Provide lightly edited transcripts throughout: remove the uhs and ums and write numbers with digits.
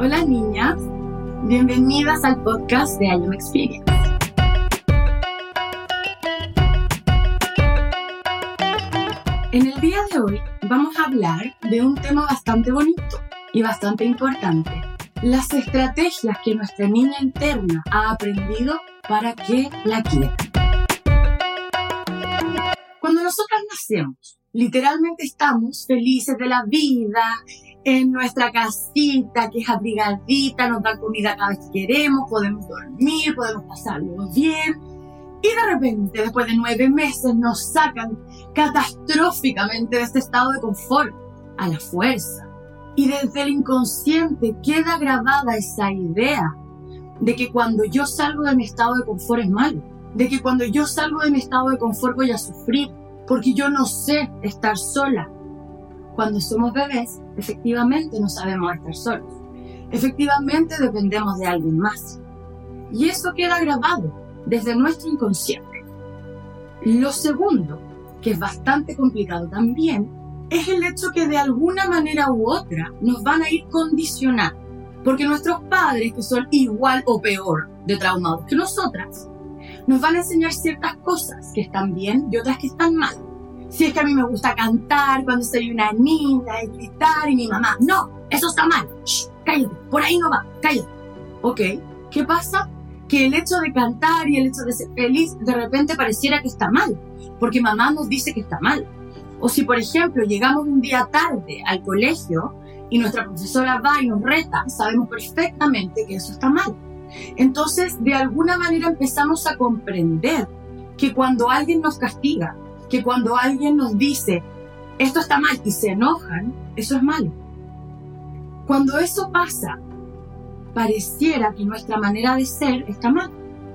Hola niñas, bienvenidas al podcast de I Am Experience. En el día de hoy vamos a hablar de un tema bastante bonito y bastante importante. Las estrategias que nuestra niña interna ha aprendido para que la quieran. Cuando nosotras nacemos, literalmente estamos felices de la vida, en nuestra casita que es abrigadita, nos dan comida cada vez que queremos, podemos dormir, podemos pasarlo bien. Y de repente, después de 9 meses, nos sacan catastróficamente de este estado de confort, a la fuerza. Y desde el inconsciente queda grabada esa idea de que cuando yo salgo de mi estado de confort es malo, de que cuando yo salgo de mi estado de confort voy a sufrir, porque yo no sé estar sola. Cuando somos bebés, efectivamente no sabemos estar solos. Efectivamente dependemos de alguien más. Y eso queda grabado desde nuestro inconsciente. Lo segundo, que es bastante complicado también, es el hecho que de alguna manera u otra nos van a ir condicionando. Porque nuestros padres, que son igual o peor de traumados que nosotras, nos van a enseñar ciertas cosas que están bien y otras que están mal. Si es que a mí me gusta cantar cuando soy una niña y gritar y mi mamá, no, eso está mal, shh, cállate, por ahí no va, cállate. Ok, ¿qué pasa? Que el hecho de cantar y el hecho de ser feliz de repente pareciera que está mal, porque mamá nos dice que está mal. O si, por ejemplo, llegamos un día tarde al colegio y nuestra profesora va y nos reta, sabemos perfectamente que eso está mal. Entonces, de alguna manera empezamos a comprender que cuando alguien nos castiga, que cuando alguien nos dice esto está mal y se enojan, eso es malo. Cuando eso pasa, pareciera que nuestra manera de ser está mal.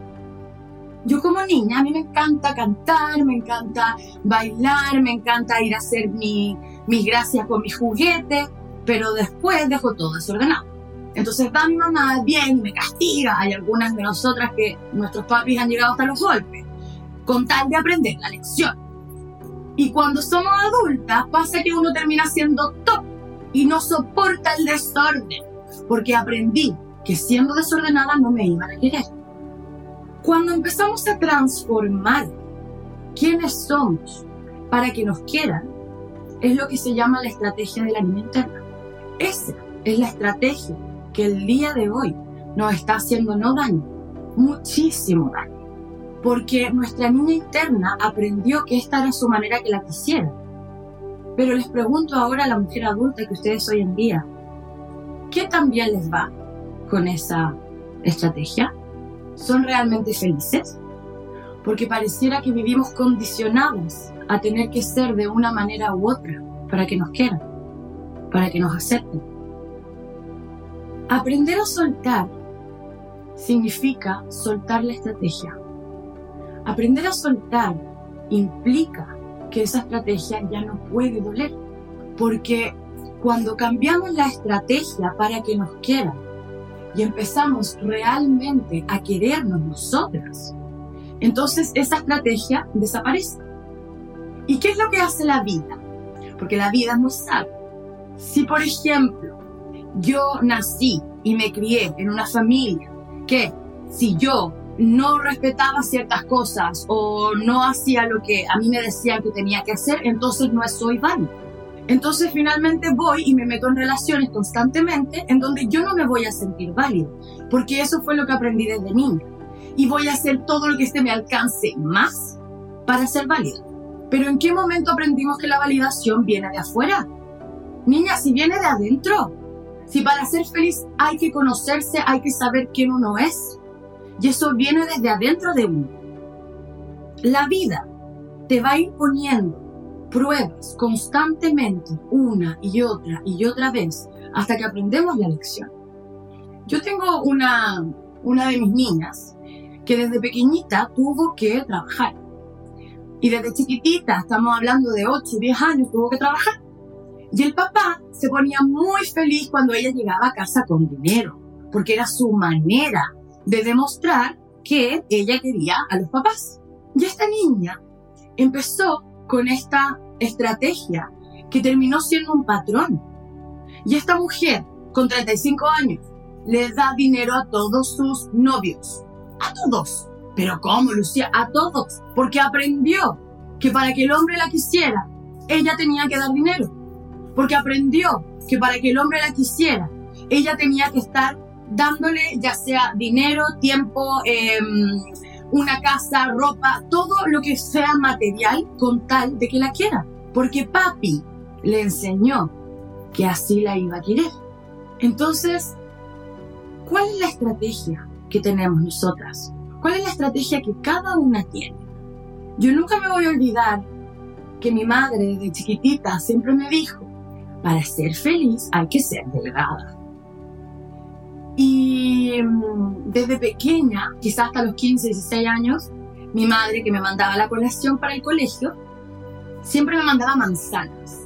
Yo como niña, a mí me encanta cantar, me encanta bailar, me encanta ir a hacer mis gracias con mis juguetes, pero después dejo todo desordenado. Entonces va mi mamá bien y me castiga. Hay algunas de nosotras que nuestros papis han llegado hasta los golpes, con tal de aprender la lección. Y cuando somos adultas, pasa que uno termina siendo top y no soporta el desorden, porque aprendí que siendo desordenada no me iban a querer. Cuando empezamos a transformar quiénes somos para que nos quieran, es lo que se llama la estrategia de la niña interna. Esa es la estrategia que el día de hoy nos está haciendo no daño, muchísimo daño. Porque nuestra niña interna aprendió que esta era su manera que la quisiera. Pero les pregunto ahora a la mujer adulta que ustedes hoy en día, ¿qué tan bien les va con esa estrategia? ¿Son realmente felices? Porque pareciera que vivimos condicionados a tener que ser de una manera u otra para que nos quieran, para que nos acepten. Aprender a soltar significa soltar la estrategia. Aprender a soltar implica que esa estrategia ya no puede doler, porque cuando cambiamos la estrategia para que nos quieran y empezamos realmente a querernos nosotras, entonces esa estrategia desaparece. ¿Y qué es lo que hace la vida? Porque la vida es muy sabia. Si, por ejemplo, yo nací y me crié en una familia que si yo no respetaba ciertas cosas o no hacía lo que a mí me decían que tenía que hacer, entonces no soy válida. Entonces finalmente voy y me meto en relaciones constantemente en donde yo no me voy a sentir válida, porque eso fue lo que aprendí desde niña. Y voy a hacer todo lo que esté a mi alcance más para ser válida. Pero ¿en qué momento aprendimos que la validación viene de afuera? Niña, si viene de adentro. Si para ser feliz hay que conocerse, hay que saber quién uno es. Y eso viene desde adentro de uno. La vida te va a ir poniendo pruebas constantemente, una y otra vez, hasta que aprendemos la lección. Yo tengo una de mis niñas que desde pequeñita tuvo que trabajar. Y desde chiquitita, estamos hablando de 8, 10 años, tuvo que trabajar. Y el papá se ponía muy feliz cuando ella llegaba a casa con dinero, porque era su manera de demostrar que ella quería a los papás. Y esta niña empezó con esta estrategia que terminó siendo un patrón. Y esta mujer, con 35 años, le da dinero a todos sus novios. A todos. ¿Pero cómo, Lucía? A todos. Porque aprendió que para que el hombre la quisiera, ella tenía que dar dinero. Porque aprendió que para que el hombre la quisiera, ella tenía que estar dándole ya sea dinero, tiempo, una casa, ropa, todo lo que sea material con tal de que la quiera. Porque papi le enseñó que así la iba a querer. Entonces, ¿cuál es la estrategia que tenemos nosotras? ¿Cuál es la estrategia que cada una tiene? Yo nunca me voy a olvidar que mi madre desde chiquitita siempre me dijo, para ser feliz hay que ser delgada. Y desde pequeña, quizás hasta los 15, 16 años, mi madre, que me mandaba la colación para el colegio, siempre me mandaba manzanas.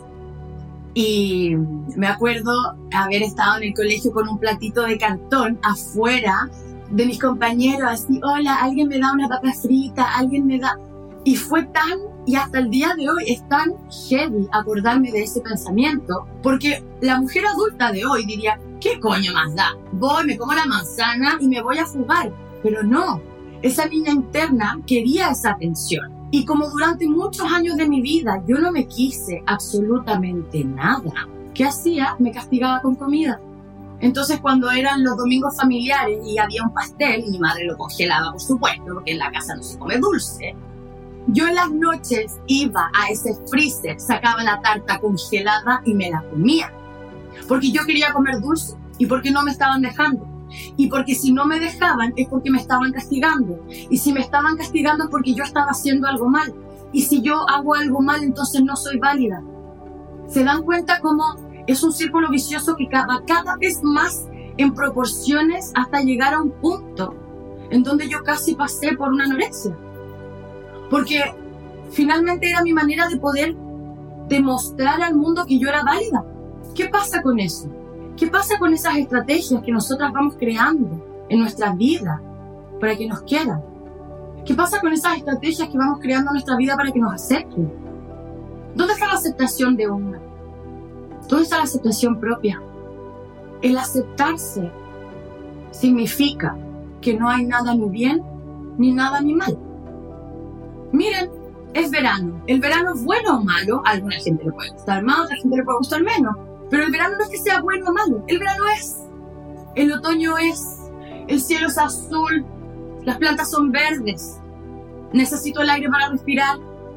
Y me acuerdo haber estado en el colegio con un platito de cartón afuera de mis compañeros, así, hola, alguien me da una papa frita, alguien me da... Y fue tan, y hasta el día de hoy es tan heavy acordarme de ese pensamiento, porque la mujer adulta de hoy diría, ¿qué coño más da? Voy, me como la manzana y me voy a fugar. Pero no, esa niña interna quería esa atención. Y como durante muchos años de mi vida yo no me quise absolutamente nada, ¿qué hacía? Me castigaba con comida. Entonces cuando eran los domingos familiares y había un pastel, y mi madre lo congelaba por supuesto, porque en la casa no se come dulce, yo en las noches iba a ese freezer, sacaba la tarta congelada y me la comía. Porque yo quería comer dulce y porque no me estaban dejando. Y porque si no me dejaban es porque me estaban castigando. Y si me estaban castigando es porque yo estaba haciendo algo mal. Y si yo hago algo mal, entonces no soy válida. ¿Se dan cuenta cómo es un círculo vicioso que va cada vez más en proporciones hasta llegar a un punto en donde yo casi pasé por una anorexia? Porque finalmente era mi manera de poder demostrar al mundo que yo era válida. ¿Qué pasa con eso? ¿Qué pasa con esas estrategias que nosotras vamos creando en nuestra vida para que nos quieran? ¿Qué pasa con esas estrategias que vamos creando en nuestra vida para que nos acepten? ¿Dónde está la aceptación de una? ¿Dónde está la aceptación propia? El aceptarse significa que no hay nada ni bien ni nada ni mal. Miren, es verano. ¿El verano es bueno o malo? A alguna gente le puede gustar más, a otra gente le puede gustar menos. Pero el verano no es que sea bueno o malo. El verano es. El otoño es. El cielo es azul. Las plantas son verdes. Necesito el aire para respirar.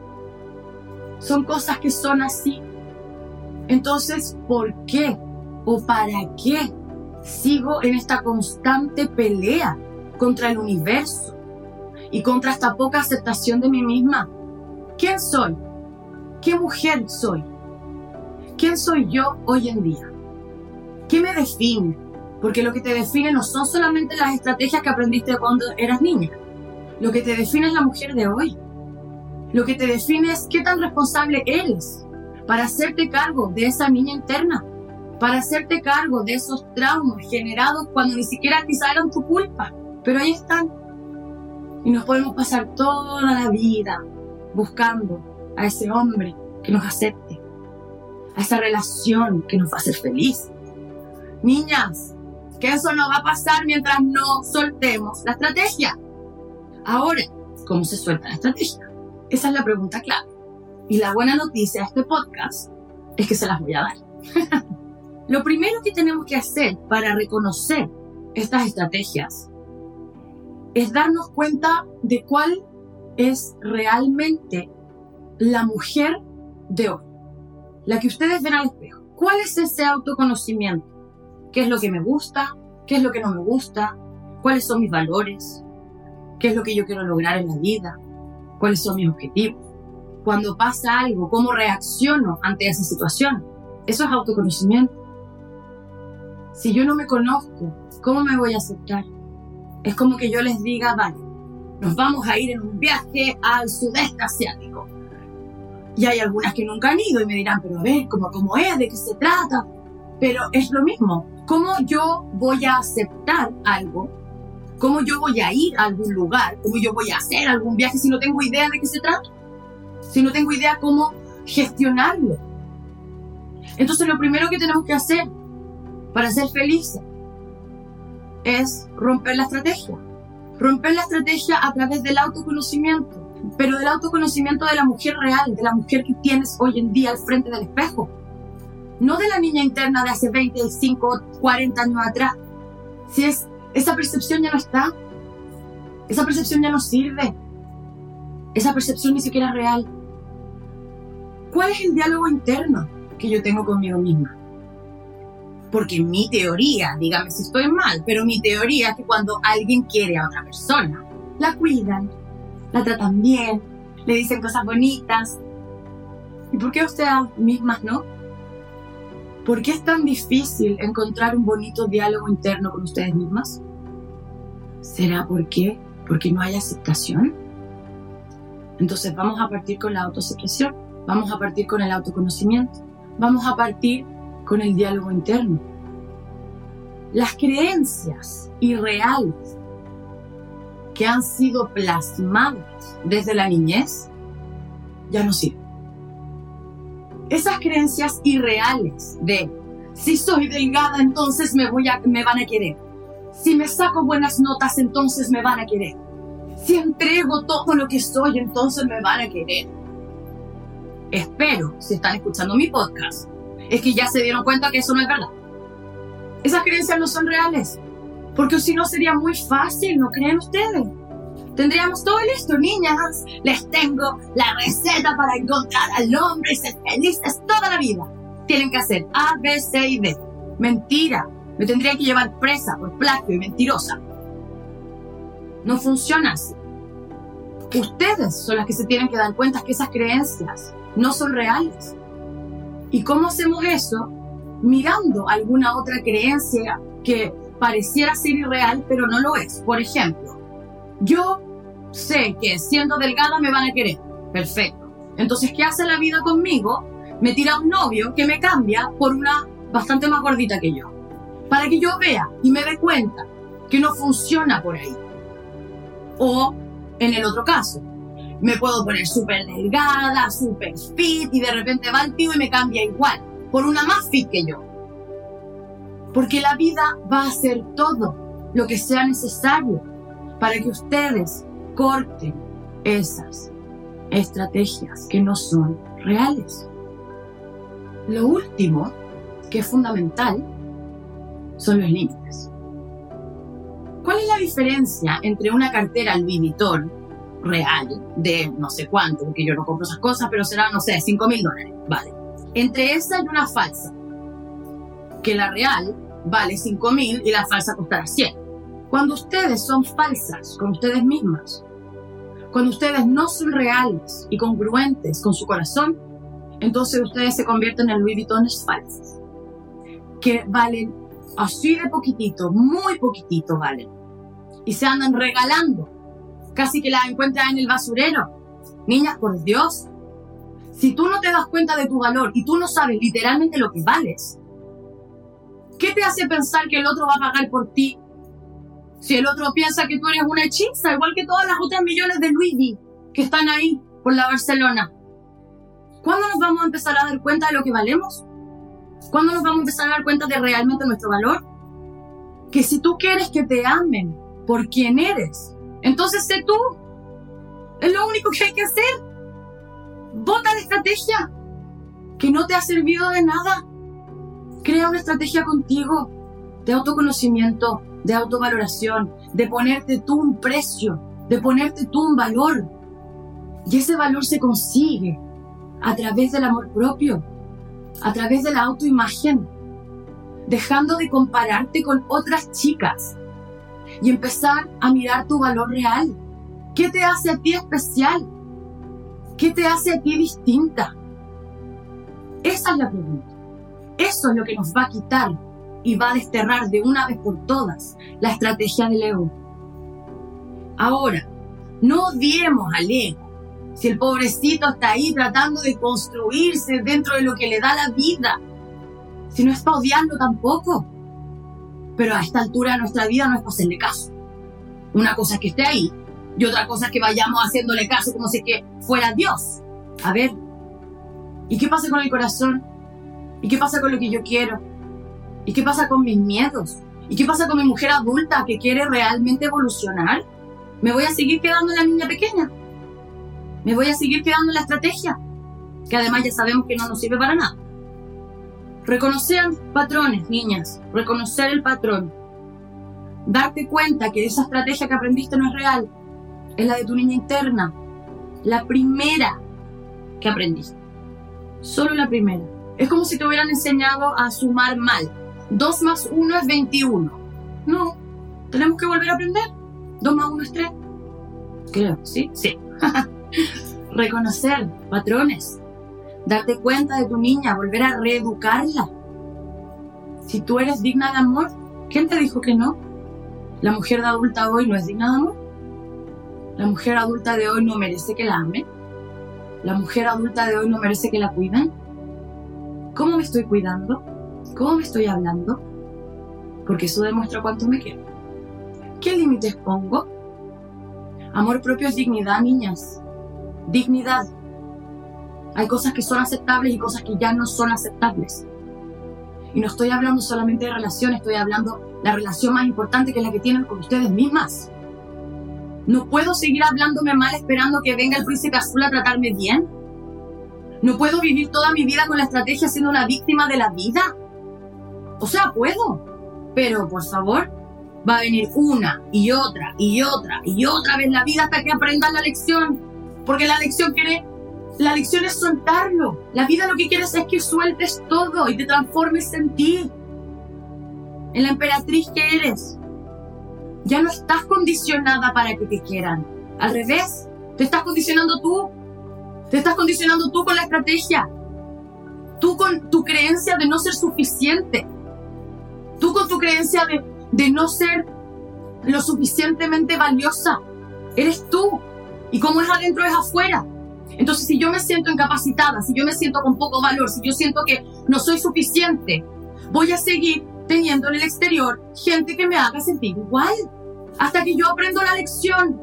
Son cosas que son así. Entonces, ¿por qué o para qué sigo en esta constante pelea contra el universo y contra esta poca aceptación de mí misma? ¿Quién soy? ¿Qué mujer soy? ¿Quién soy yo hoy en día? ¿Qué me define? Porque lo que te define no son solamente las estrategias que aprendiste cuando eras niña. Lo que te define es la mujer de hoy. Lo que te define es qué tan responsable eres para hacerte cargo de esa niña interna, para hacerte cargo de esos traumas generados cuando ni siquiera quizá eran tu culpa, pero ahí están. Y nos podemos pasar toda la vida buscando a ese hombre que nos acepte, a esa relación que nos va a hacer feliz. Niñas, que eso no va a pasar mientras no soltemos la estrategia. Ahora, ¿cómo se suelta la estrategia? Esa es la pregunta clave. Y la buena noticia de este podcast es que se las voy a dar. Lo primero que tenemos que hacer para reconocer estas estrategias es darnos cuenta de cuál es realmente la mujer de hoy. La que ustedes ven al espejo. ¿Cuál es ese autoconocimiento? ¿Qué es lo que me gusta? ¿Qué es lo que no me gusta? ¿Cuáles son mis valores? ¿Qué es lo que yo quiero lograr en la vida? ¿Cuáles son mis objetivos? Cuando pasa algo, ¿cómo reacciono ante esa situación? Eso es autoconocimiento. Si yo no me conozco, ¿cómo me voy a aceptar? Es como que yo les diga, vale, nos vamos a ir en un viaje al sudeste asiático. Y hay algunas que nunca han ido y me dirán, pero a ver, ¿cómo es? ¿De qué se trata? Pero es lo mismo. ¿Cómo yo voy a aceptar algo? ¿Cómo yo voy a ir a algún lugar? ¿Cómo yo voy a hacer algún viaje si no tengo idea de qué se trata? Si no tengo idea cómo gestionarlo. Entonces lo primero que tenemos que hacer para ser felices es romper la estrategia. Romper la estrategia a través del autoconocimiento, pero del autoconocimiento de la mujer real, de la mujer que tienes hoy en día al frente del espejo. No de la niña interna de hace 25, 40 años atrás. Si es, esa percepción ya no está. Esa percepción ya no sirve. Esa percepción ni siquiera es real. ¿Cuál es el diálogo interno que yo tengo conmigo misma? Porque mi teoría, dígame si estoy mal, pero mi teoría es que cuando alguien quiere a otra persona, la cuidan, la tratan bien, le dicen cosas bonitas. ¿Y por qué ustedes mismas no? ¿Por qué es tan difícil encontrar un bonito diálogo interno con ustedes mismas? ¿Será porque no hay aceptación? Entonces vamos a partir con la autoaceptación, vamos a partir con el autoconocimiento, vamos a partir con el diálogo interno. Las creencias irreales que han sido plasmadas desde la niñez ya no sirven. Esas creencias irreales de si soy delgada entonces me van a querer, si me saco buenas notas entonces me van a querer, si entrego todo lo que soy entonces me van a querer. Espero, si están escuchando mi podcast, es que ya se dieron cuenta que eso no es verdad. Esas creencias no son reales, porque si no sería muy fácil, ¿no creen ustedes? Tendríamos todo listo, niñas. Les tengo la receta para encontrar al hombre y ser felices toda la vida. Tienen que hacer A, B, C y D. Mentira. Me tendrían que llevar presa por plagio y mentirosa. No funciona así. Ustedes son las que se tienen que dar cuenta que esas creencias no son reales. ¿Y cómo hacemos eso? Mirando alguna otra creencia que pareciera ser irreal, pero no lo es. Por ejemplo, yo sé que siendo delgada me van a querer. Perfecto. Entonces, ¿qué hace la vida conmigo? Me tira un novio que me cambia por una bastante más gordita que yo. Para que yo vea y me dé cuenta que no funciona por ahí. O, en el otro caso, me puedo poner súper delgada, súper fit y de repente va el tío y me cambia igual, por una más fit que yo. Porque la vida va a hacer todo lo que sea necesario para que ustedes corten esas estrategias que no son reales. Lo último, que es fundamental, son los límites. ¿Cuál es la diferencia entre una cartera Louis Vuitton real de no sé cuánto, porque yo no compro esas cosas, pero será, no sé, $5,000, vale? Entre esa y una falsa, que la real vale 5,000 y la falsa costará 100. Cuando ustedes son falsas con ustedes mismas, cuando ustedes no son reales y congruentes con su corazón, entonces ustedes se convierten en Louis Vuittones falsas, que valen así de poquitito, muy poquitito valen, y se andan regalando, casi que las encuentran en el basurero. Niñas, por Dios, si tú no te das cuenta de tu valor y tú no sabes literalmente lo que vales, ¿qué te hace pensar que el otro va a pagar por ti? Si el otro piensa que tú eres una hechiza, igual que todas las otras millones de Luigi que están ahí por la Barcelona. ¿Cuándo nos vamos a empezar a dar cuenta de lo que valemos? ¿Cuándo nos vamos a empezar a dar cuenta de realmente nuestro valor? Que si tú quieres que te amen por quien eres, entonces sé tú. Es lo único que hay que hacer. Bota la estrategia que no te ha servido de nada. Crea una estrategia contigo de autoconocimiento, de autovaloración, de ponerte tú un precio, de ponerte tú un valor. Y ese valor se consigue a través del amor propio, a través de la autoimagen, dejando de compararte con otras chicas y empezar a mirar tu valor real. ¿Qué te hace a ti especial? ¿Qué te hace a ti distinta? Esa es la pregunta. Eso es lo que nos va a quitar y va a desterrar de una vez por todas la estrategia del ego. Ahora, no odiemos al ego. Si el pobrecito está ahí tratando de construirse dentro de lo que le da la vida, si no es para odiarlo tampoco. Pero a esta altura de nuestra vida no es para hacerle caso. Una cosa es que esté ahí y otra cosa es que vayamos haciéndole caso como si es que fuera Dios. A ver, ¿y qué pasa con el corazón? ¿Y qué pasa con lo que yo quiero? ¿Y qué pasa con mis miedos? ¿Y qué pasa con mi mujer adulta que quiere realmente evolucionar? ¿Me voy a seguir quedando en la niña pequeña? ¿Me voy a seguir quedando en la estrategia? Que además ya sabemos que no nos sirve para nada. Reconocer patrones, niñas. Reconocer el patrón. Darte cuenta que esa estrategia que aprendiste no es real. Es la de tu niña interna. La primera que aprendiste. Solo la primera. Es como si te hubieran enseñado a sumar mal. 2 más 1 es 21. No. Tenemos que volver a aprender. 2 más 1 es 3. Creo, ¿sí? Sí. Reconocer patrones. Darte cuenta de tu niña. Volver a reeducarla. Si tú eres digna de amor, ¿quién te dijo que no? ¿La mujer de adulta hoy no es digna de amor? ¿La mujer adulta de hoy no merece que la amen? ¿La mujer adulta de hoy no merece que la cuiden? ¿Cómo me estoy cuidando? ¿Cómo me estoy hablando? Porque eso demuestra cuánto me quiero. ¿Qué límites pongo? Amor propio es dignidad, niñas. Dignidad. Hay cosas que son aceptables y cosas que ya no son aceptables. Y no estoy hablando solamente de relaciones, estoy hablando de la relación más importante, que es la que tienen con ustedes mismas. No puedo seguir hablándome mal esperando que venga el príncipe azul a tratarme bien. No puedo vivir toda mi vida con la estrategia siendo una víctima de la vida. O sea, puedo. Pero, por favor, va a venir una y otra y otra y otra vez la vida hasta que aprendas la lección. Porque la lección es soltarlo. La vida lo que quieres es que sueltes todo y te transformes en ti. En la emperatriz que eres. Ya no estás condicionada para que te quieran. Al revés, te estás condicionando tú. Te estás condicionando tú con la estrategia. Tú con tu creencia de no ser suficiente. Tú con tu creencia de no ser lo suficientemente valiosa. Eres tú. Y como es adentro, es afuera. Entonces, si yo me siento incapacitada, si yo me siento con poco valor, si yo siento que no soy suficiente, voy a seguir teniendo en el exterior gente que me haga sentir igual, hasta que yo aprendo la lección.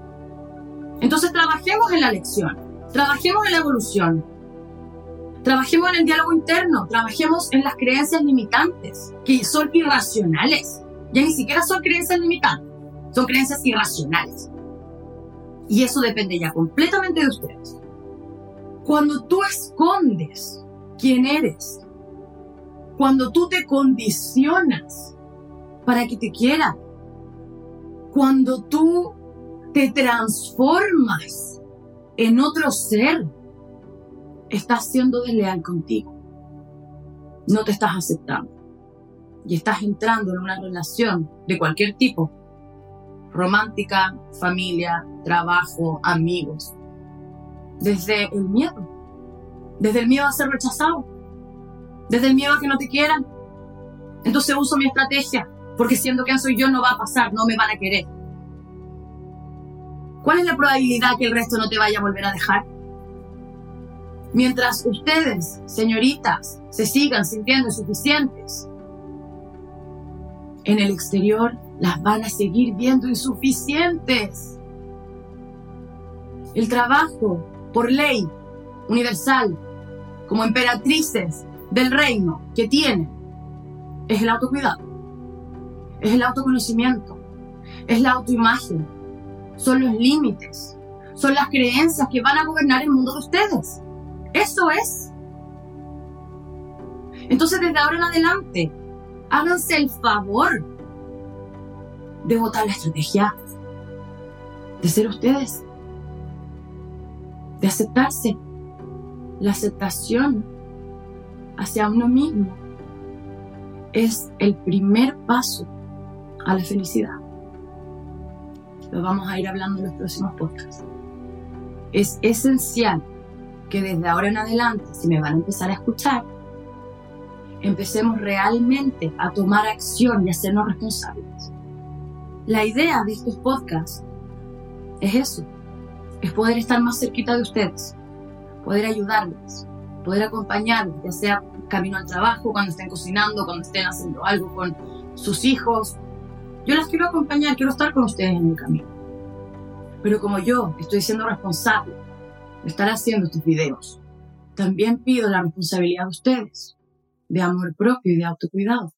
Entonces trabajemos en la lección, trabajemos en la evolución, trabajemos en el diálogo interno, trabajemos en las creencias limitantes, que son irracionales. Ya ni siquiera son creencias limitantes, son creencias irracionales. Y eso depende ya completamente de ustedes. Cuando tú escondes quién eres, cuando tú te condicionas para que te quieran, cuando tú te transformas en otro ser, estás siendo desleal contigo. No te estás aceptando. Y estás entrando en una relación de cualquier tipo, romántica, familia, trabajo, amigos, desde el miedo a ser rechazado, desde el miedo a que no te quieran. Entonces uso mi estrategia, porque siendo quien soy yo no va a pasar, no me van a querer. ¿Cuál es la probabilidad que el resto no te vaya a volver a dejar? Mientras ustedes, señoritas, se sigan sintiendo insuficientes, en el exterior las van a seguir viendo insuficientes. El trabajo, por ley universal, como emperatrices del reino que tienen, es el autocuidado, es el autoconocimiento, es la autoimagen, son los límites, son las creencias que van a gobernar el mundo de ustedes. Eso es. Entonces, desde ahora en adelante, háganse el favor de botar la estrategia, de ser ustedes, de aceptarse. La aceptación hacia uno mismo es el primer paso a la felicidad. Lo vamos a ir hablando en los próximos podcasts. Es esencial que desde ahora en adelante, si me van a empezar a escuchar, empecemos realmente a tomar acción y a hacernos responsables. La idea de estos podcasts es eso, es poder estar más cerquita de ustedes, poder ayudarles, poder acompañarles, ya sea camino al trabajo, cuando estén cocinando, cuando estén haciendo algo con sus hijos. Yo las quiero acompañar, quiero estar con ustedes en el camino. Pero como yo estoy siendo responsable de estar haciendo estos videos, también pido la responsabilidad de ustedes, de amor propio y de autocuidado.